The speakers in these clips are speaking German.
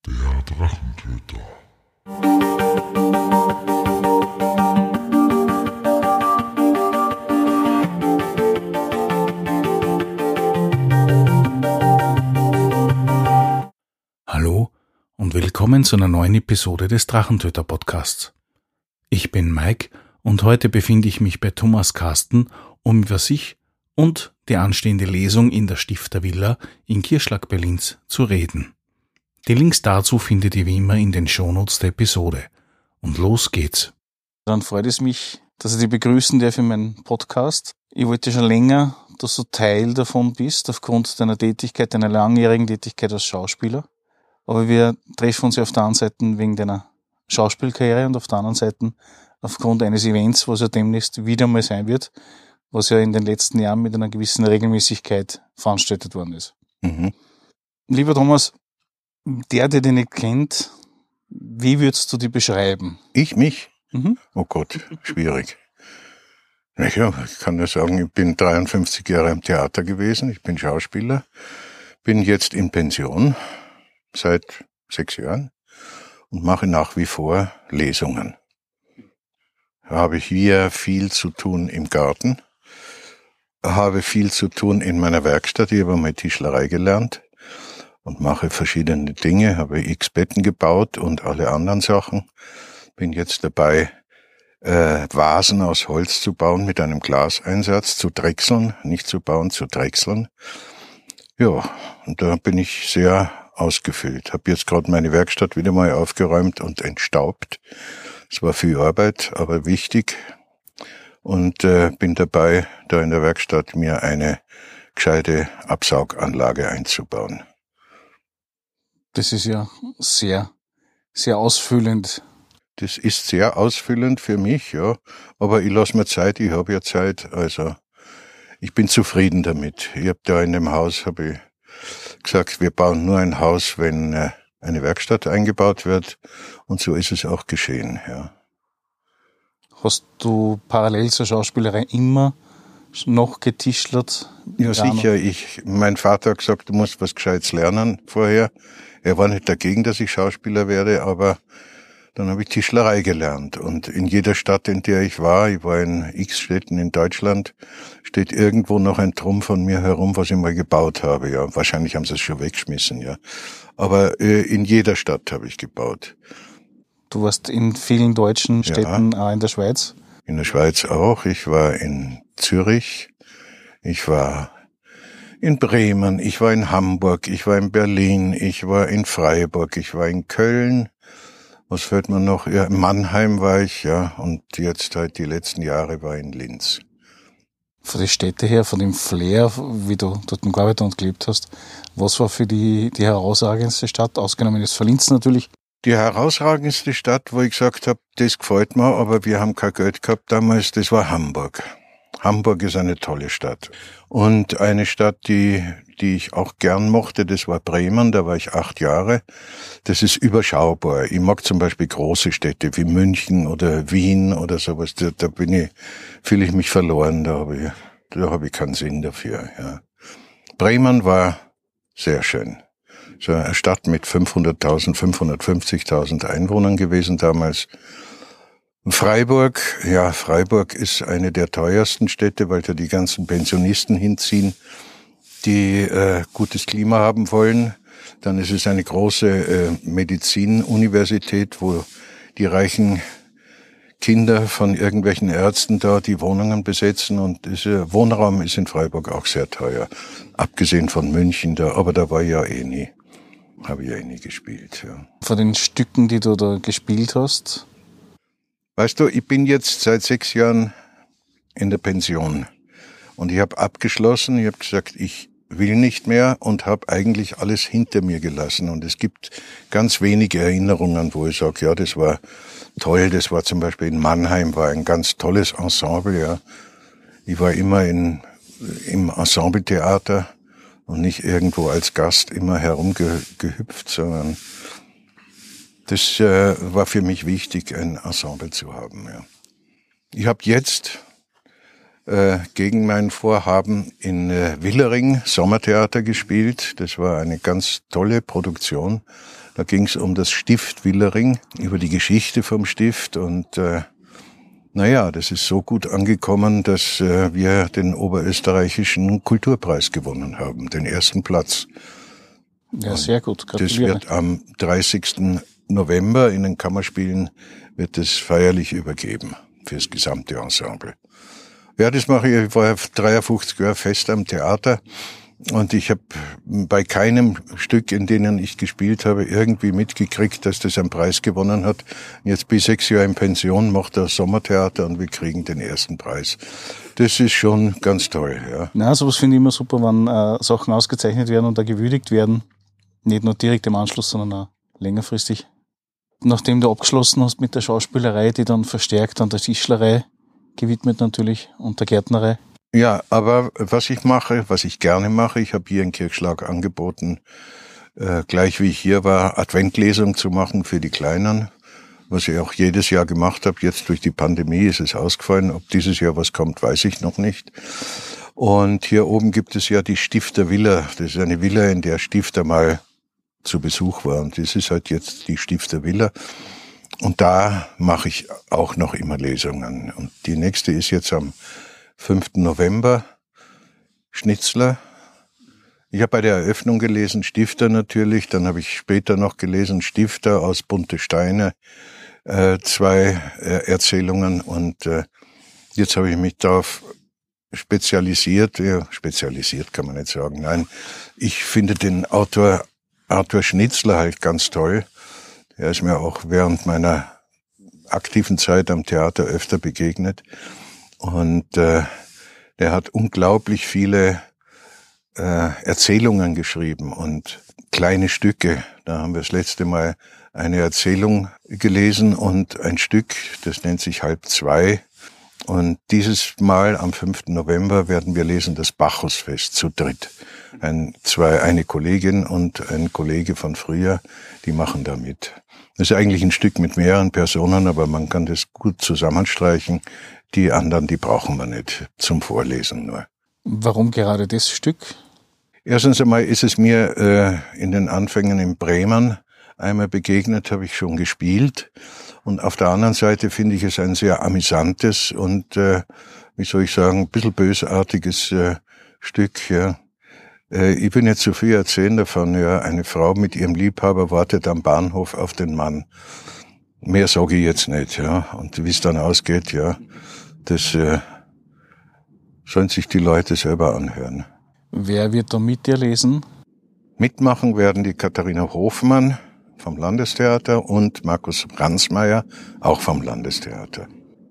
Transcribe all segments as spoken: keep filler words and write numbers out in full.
Der Drachentöter. Hallo und willkommen zu einer neuen Episode des Drachentöter Podcasts. Ich bin Mike und heute befinde ich mich bei Thomas Karsten, um über sich und die anstehende Lesung in der Stiftervilla in Kirchschlag bei Linz zu reden. Die Links dazu findet ihr wie immer in den Shownotes der Episode. Und los geht's. Dann freut es mich, dass ich dich begrüßen darf in meinem Podcast. Ich wollte schon länger, dass du Teil davon bist, aufgrund deiner Tätigkeit, deiner langjährigen Tätigkeit als Schauspieler. Aber wir treffen uns ja auf der einen Seite wegen deiner Schauspielkarriere und auf der anderen Seite aufgrund eines Events, was ja demnächst wieder mal sein wird, was ja in den letzten Jahren mit einer gewissen Regelmäßigkeit veranstaltet worden ist. Mhm. Lieber Thomas, der, der dich nicht kennt, wie würdest du dich beschreiben? Ich mich? Mhm. Oh Gott, schwierig. Naja, ich kann nur sagen, ich bin dreiundfünfzig Jahre im Theater gewesen, ich bin Schauspieler, bin jetzt in Pension seit sechs Jahren und mache nach wie vor Lesungen. Habe hier viel zu tun im Garten, habe viel zu tun in meiner Werkstatt, ich habe mal Tischlerei gelernt und mache verschiedene Dinge, habe x Betten gebaut und alle anderen Sachen. Bin jetzt dabei, äh, Vasen aus Holz zu bauen mit einem Glaseinsatz, zu drechseln, nicht zu bauen, zu drechseln. Ja, und da bin ich sehr ausgefüllt. Habe jetzt gerade meine Werkstatt wieder mal aufgeräumt und entstaubt. Es war viel Arbeit, aber wichtig. Und äh, bin dabei, da in der Werkstatt mir eine gescheite Absauganlage einzubauen. Das ist ja sehr, sehr ausfüllend. Das ist sehr ausfüllend für mich, ja. Aber ich lasse mir Zeit, ich habe ja Zeit. Also ich bin zufrieden damit. Ich habe da in dem Haus, habe ich gesagt, wir bauen nur ein Haus, wenn äh, eine Werkstatt eingebaut wird. Und so ist es auch geschehen, ja. Hast du parallel zur Schauspielerei immer noch getischlert? Ja, sicher. Ich, mein Vater hat gesagt, du musst was Gescheites lernen vorher. Er war nicht dagegen, dass ich Schauspieler werde, aber dann habe ich Tischlerei gelernt. Und in jeder Stadt, in der ich war, ich war in x Städten in Deutschland, steht irgendwo noch ein Trumpf von mir herum, was ich mal gebaut habe. Ja, wahrscheinlich haben sie es schon weggeschmissen, ja. Aber äh, in jeder Stadt habe ich gebaut. Du warst in vielen deutschen Städten, ja, auch in der Schweiz? In der Schweiz auch. Ich war in Zürich, ich war in Bremen, ich war in Hamburg, ich war in Berlin, ich war in Freiburg, ich war in Köln. Was fällt mir noch? Ja, in Mannheim war ich, ja. Und jetzt halt die letzten Jahre war ich in Linz. Von den Städten her, von dem Flair, wie du dort gearbeitet und gelebt hast, was war für die die herausragendste Stadt, ausgenommen ist für Linz natürlich? Die herausragendste Stadt, wo ich gesagt habe, das gefällt mir, aber wir haben kein Geld gehabt damals, das war Hamburg. Hamburg ist eine tolle Stadt. Und eine Stadt, die die ich auch gern mochte, das war Bremen, da war ich acht Jahre. Das ist überschaubar. Ich mag zum Beispiel große Städte wie München oder Wien oder sowas. Da, da bin ich, fühle ich mich verloren, da habe ich, da habe ich keinen Sinn dafür, ja. Bremen war sehr schön. So eine Stadt mit fünfhunderttausend, fünfhundertfünfzigtausend Einwohnern gewesen damals. Freiburg, ja, Freiburg ist eine der teuersten Städte, weil da die ganzen Pensionisten hinziehen, die äh, gutes Klima haben wollen. Dann ist es eine große äh, Medizinuniversität, wo die reichen Kinder von irgendwelchen Ärzten da die Wohnungen besetzen, und dieser Wohnraum ist in Freiburg auch sehr teuer. Abgesehen von München da, aber da war ich ja eh nie. Habe ich ja eh nie gespielt, ja. Von den Stücken, die du da gespielt hast? Weißt du, ich bin jetzt seit sechs Jahren in der Pension. Und ich habe abgeschlossen, ich habe gesagt, ich will nicht mehr und habe eigentlich alles hinter mir gelassen. Und es gibt ganz wenige Erinnerungen, wo ich sage, ja, das war toll. Das war zum Beispiel in Mannheim, war ein ganz tolles Ensemble, ja. Ich war immer in, im Ensembletheater und nicht irgendwo als Gast immer herumgehüpft, sondern das äh, war für mich wichtig, ein Ensemble zu haben, ja. Ich habe jetzt äh, gegen mein Vorhaben in äh, Willering Sommertheater gespielt. Das war eine ganz tolle Produktion. Da ging es um das Stift Willering, über die Geschichte vom Stift und äh, naja, das ist so gut angekommen, dass äh, wir den oberösterreichischen Kulturpreis gewonnen haben, den ersten Platz. Ja, sehr gut. Das wird am dreißigsten November in den Kammerspielen wird es feierlich übergeben fürs gesamte Ensemble. Ja, das mache ich. Ich war dreiundfünfzig Jahre fest am Theater und ich habe bei keinem Stück, in denen ich gespielt habe, irgendwie mitgekriegt, dass das einen Preis gewonnen hat. Jetzt bin ich sechs Jahre in Pension, mache das Sommertheater und wir kriegen den ersten Preis. Das ist schon ganz toll, ja. Na, sowas finde ich immer super, wenn äh, Sachen ausgezeichnet werden und da gewürdigt werden. Nicht nur direkt im Anschluss, sondern auch längerfristig. Nachdem du abgeschlossen hast mit der Schauspielerei, die dann verstärkt an der Tischlerei gewidmet natürlich und der Gärtnerei. Ja, aber was ich mache, was ich gerne mache, ich habe hier in Kirchschlag angeboten, äh, gleich wie ich hier war, Adventlesung zu machen für die Kleinen, was ich auch jedes Jahr gemacht habe. Jetzt durch die Pandemie ist es ausgefallen. Ob dieses Jahr was kommt, weiß ich noch nicht. Und hier oben gibt es ja die Stifter Villa. Das ist eine Villa, in der Stifter mal zu Besuch war. Und das ist halt jetzt die Stifter Villa. Und da mache ich auch noch immer Lesungen. Und die nächste ist jetzt am fünften November, Schnitzler. Ich habe bei der Eröffnung gelesen, Stifter natürlich. Dann habe ich später noch gelesen, Stifter aus Bunte Steine. Äh, zwei äh, Erzählungen. Und äh, jetzt habe ich mich darauf spezialisiert. Ja, spezialisiert kann man nicht sagen. Nein, ich finde den Autor Arthur Schnitzler halt ganz toll. Der ist mir auch während meiner aktiven Zeit am Theater öfter begegnet. Und äh, der hat unglaublich viele äh, Erzählungen geschrieben und kleine Stücke. Da haben wir das letzte Mal eine Erzählung gelesen und ein Stück, das nennt sich Halb zwei. Und dieses Mal am fünften November werden wir lesen das Bacchusfest zu dritt. Ein, zwei, eine Kollegin und ein Kollege von früher, die machen da mit. Das ist eigentlich ein Stück mit mehreren Personen, aber man kann das gut zusammenstreichen. Die anderen, die brauchen wir nicht zum Vorlesen nur. Warum gerade das Stück? Erstens einmal ist es mir äh, in den Anfängen in Bremen einmal begegnet, habe ich schon gespielt. Und auf der anderen Seite finde ich es ein sehr amüsantes und, äh, wie soll ich sagen, ein bisschen bösartiges äh, Stück. Ja. Äh, ich will nicht zu viel erzählen davon. Ja. Eine Frau mit ihrem Liebhaber wartet am Bahnhof auf den Mann. Mehr sage ich jetzt nicht. Ja. Und wie es dann ausgeht, ja, das äh, sollen sich die Leute selber anhören. Wer wird da mit dir lesen? Mitmachen werden die Katharina Hofmann vom Landestheater und Markus Ransmayr, auch vom Landestheater.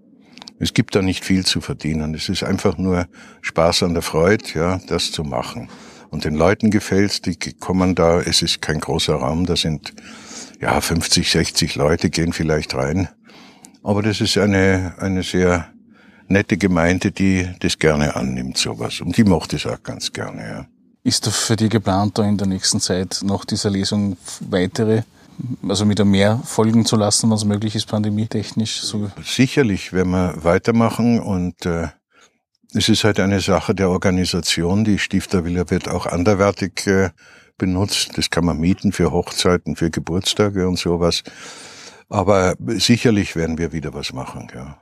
Es gibt da nicht viel zu verdienen. Es ist einfach nur Spaß an der Freude, ja, das zu machen. Und den Leuten gefällt's, die kommen da, es ist kein großer Raum, da sind, ja, fünfzig, sechzig Leute gehen vielleicht rein. Aber das ist eine, eine sehr nette Gemeinde, die das gerne annimmt, sowas. Und die macht es auch ganz gerne, ja. Ist da für dich geplant, da in der nächsten Zeit nach dieser Lesung weitere, also wieder mehr folgen zu lassen, was möglich ist, pandemietechnisch? So. Sicherlich werden wir weitermachen und äh, es ist halt eine Sache der Organisation. Die Stiftervilla wird auch anderweitig äh, benutzt. Das kann man mieten für Hochzeiten, für Geburtstage und sowas. Aber sicherlich werden wir wieder was machen, ja.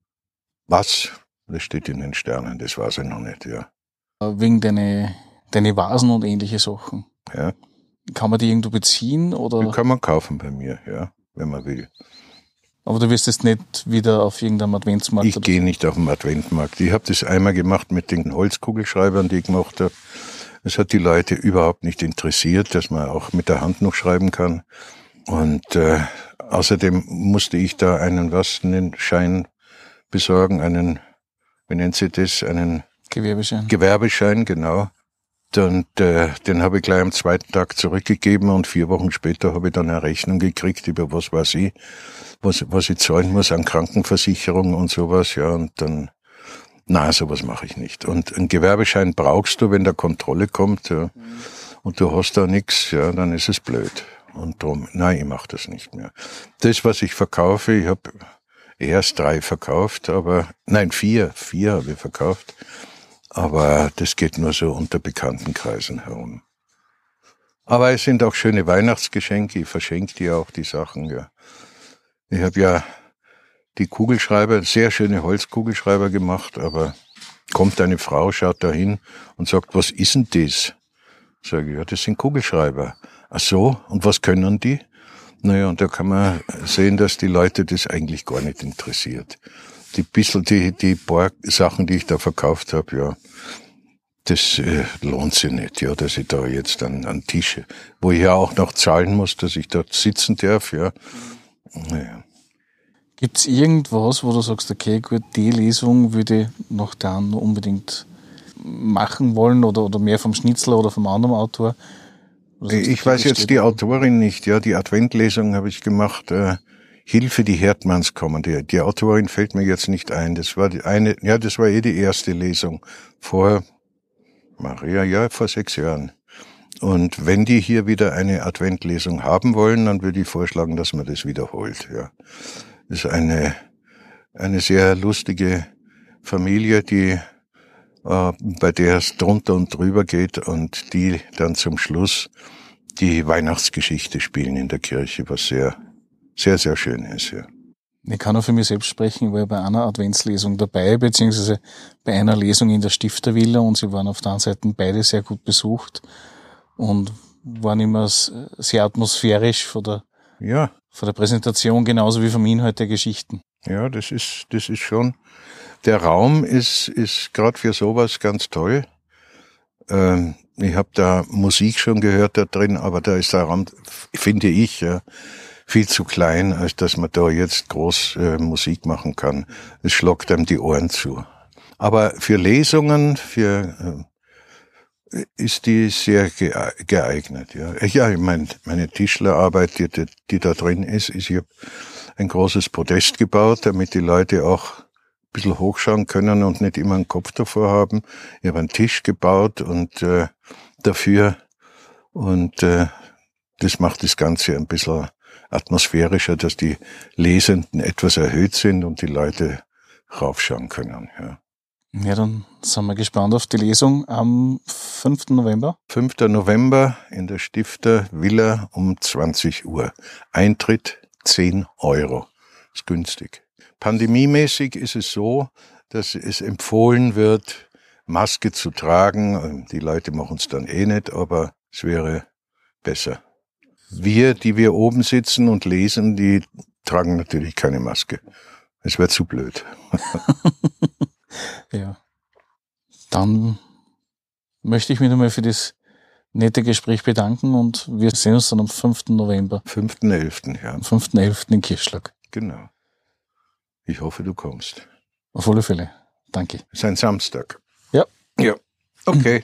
Was? Das steht in den Sternen, das weiß ich noch nicht, ja. Wegen deine, deine Vasen und ähnliche Sachen. Ja. Kann man die irgendwo beziehen, oder? Die kann man kaufen bei mir, ja, wenn man will. Aber du wirst jetzt nicht wieder auf irgendeinem Adventsmarkt? Ich gehe nicht auf den Adventmarkt. Ich habe das einmal gemacht mit den Holzkugelschreibern, die ich gemacht habe. Es hat die Leute überhaupt nicht interessiert, dass man auch mit der Hand noch schreiben kann. Und äh, außerdem musste ich da einen was, einen Schein besorgen, einen, wie nennt sie das, einen Gewerbeschein. Gewerbeschein, genau. Und äh, den habe ich gleich am zweiten Tag zurückgegeben und vier Wochen später habe ich dann eine Rechnung gekriegt, über was weiß ich, was, was ich zahlen muss an Krankenversicherung und sowas, ja, und dann, na, sowas mache ich nicht. Und einen Gewerbeschein brauchst du, wenn der Kontrolle kommt, ja, und du hast da nichts, ja, dann ist es blöd. Und drum, nein, ich mache das nicht mehr. Das, was ich verkaufe, ich habe erst drei verkauft, aber, nein, vier, vier habe ich verkauft. Aber das geht nur so unter Bekanntenkreisen herum. Aber es sind auch schöne Weihnachtsgeschenke. Ich verschenke die auch, die Sachen, ja. Ich habe ja die Kugelschreiber, sehr schöne Holzkugelschreiber gemacht, aber kommt eine Frau, schaut da hin und sagt, was ist denn das? Sage ich, ja, das sind Kugelschreiber. Ach so, und was können die? Naja, und da kann man sehen, dass die Leute das eigentlich gar nicht interessiert. Die bisschen, die, die paar Sachen, die ich da verkauft habe, ja, das äh, lohnt sich nicht, ja, dass ich da jetzt an, an Tische, wo ich ja auch noch zahlen muss, dass ich dort sitzen darf, ja. Naja. Gibt's irgendwas, wo du sagst, okay, gut, die Lesung würde ich noch dann unbedingt machen wollen oder, oder mehr vom Schnitzler oder vom anderen Autor? Sagst, ich weiß jetzt die Autorin nicht, ja, die Adventlesung habe ich gemacht, äh, Hilfe, die Herdmanns kommen. Die, die Autorin fällt mir jetzt nicht ein. Das war die eine, ja, das war eh die erste Lesung vor Maria, ja, vor sechs Jahren. Und wenn die hier wieder eine Adventlesung haben wollen, dann würde ich vorschlagen, dass man das wiederholt, ja. Das ist eine, eine sehr lustige Familie, die, äh, bei der es drunter und drüber geht und die dann zum Schluss die Weihnachtsgeschichte spielen in der Kirche, was sehr, sehr, sehr schön ist, ja. Ich kann auch für mich selbst sprechen, ich war bei einer Adventslesung dabei, beziehungsweise bei einer Lesung in der Stiftervilla und sie waren auf der einen Seite beide sehr gut besucht und waren immer sehr atmosphärisch von der, ja. von der Präsentation genauso wie vom Inhalt der Geschichten. Ja, das ist, das ist schon, der Raum ist, ist gerade für sowas ganz toll. Ähm, ich habe da Musik schon gehört da drin, aber da ist der Raum, finde ich, ja, viel zu klein, als dass man da jetzt groß äh, Musik machen kann. Es schlockt einem die Ohren zu. Aber für Lesungen, für äh, ist die sehr geeignet. Ja, ja, ich meine, meine Tischlerarbeit, die, die, die da drin ist, ist, ich habe ein großes Podest gebaut, damit die Leute auch ein bisschen hochschauen können und nicht immer einen Kopf davor haben. Ich habe einen Tisch gebaut und äh, dafür und äh, das macht das Ganze ein bisschen atmosphärischer, dass die Lesenden etwas erhöht sind und die Leute raufschauen können. Ja, ja, dann sind wir gespannt auf die Lesung am fünften November. fünften November in der Stiftervilla um zwanzig Uhr. Eintritt zehn Euro. Ist günstig. Pandemiemäßig ist es so, dass es empfohlen wird, Maske zu tragen. Die Leute machen es dann eh nicht, aber es wäre besser. Wir, die wir oben sitzen und lesen, die tragen natürlich keine Maske. Es wäre zu blöd. Ja. Dann möchte ich mich nochmal für das nette Gespräch bedanken und wir sehen uns dann am fünften November. fünften elften ja. Am fünften elften in Kirchschlag. Genau. Ich hoffe, du kommst. Auf alle Fälle. Danke. Es ist ein Samstag. Ja. Ja. Okay.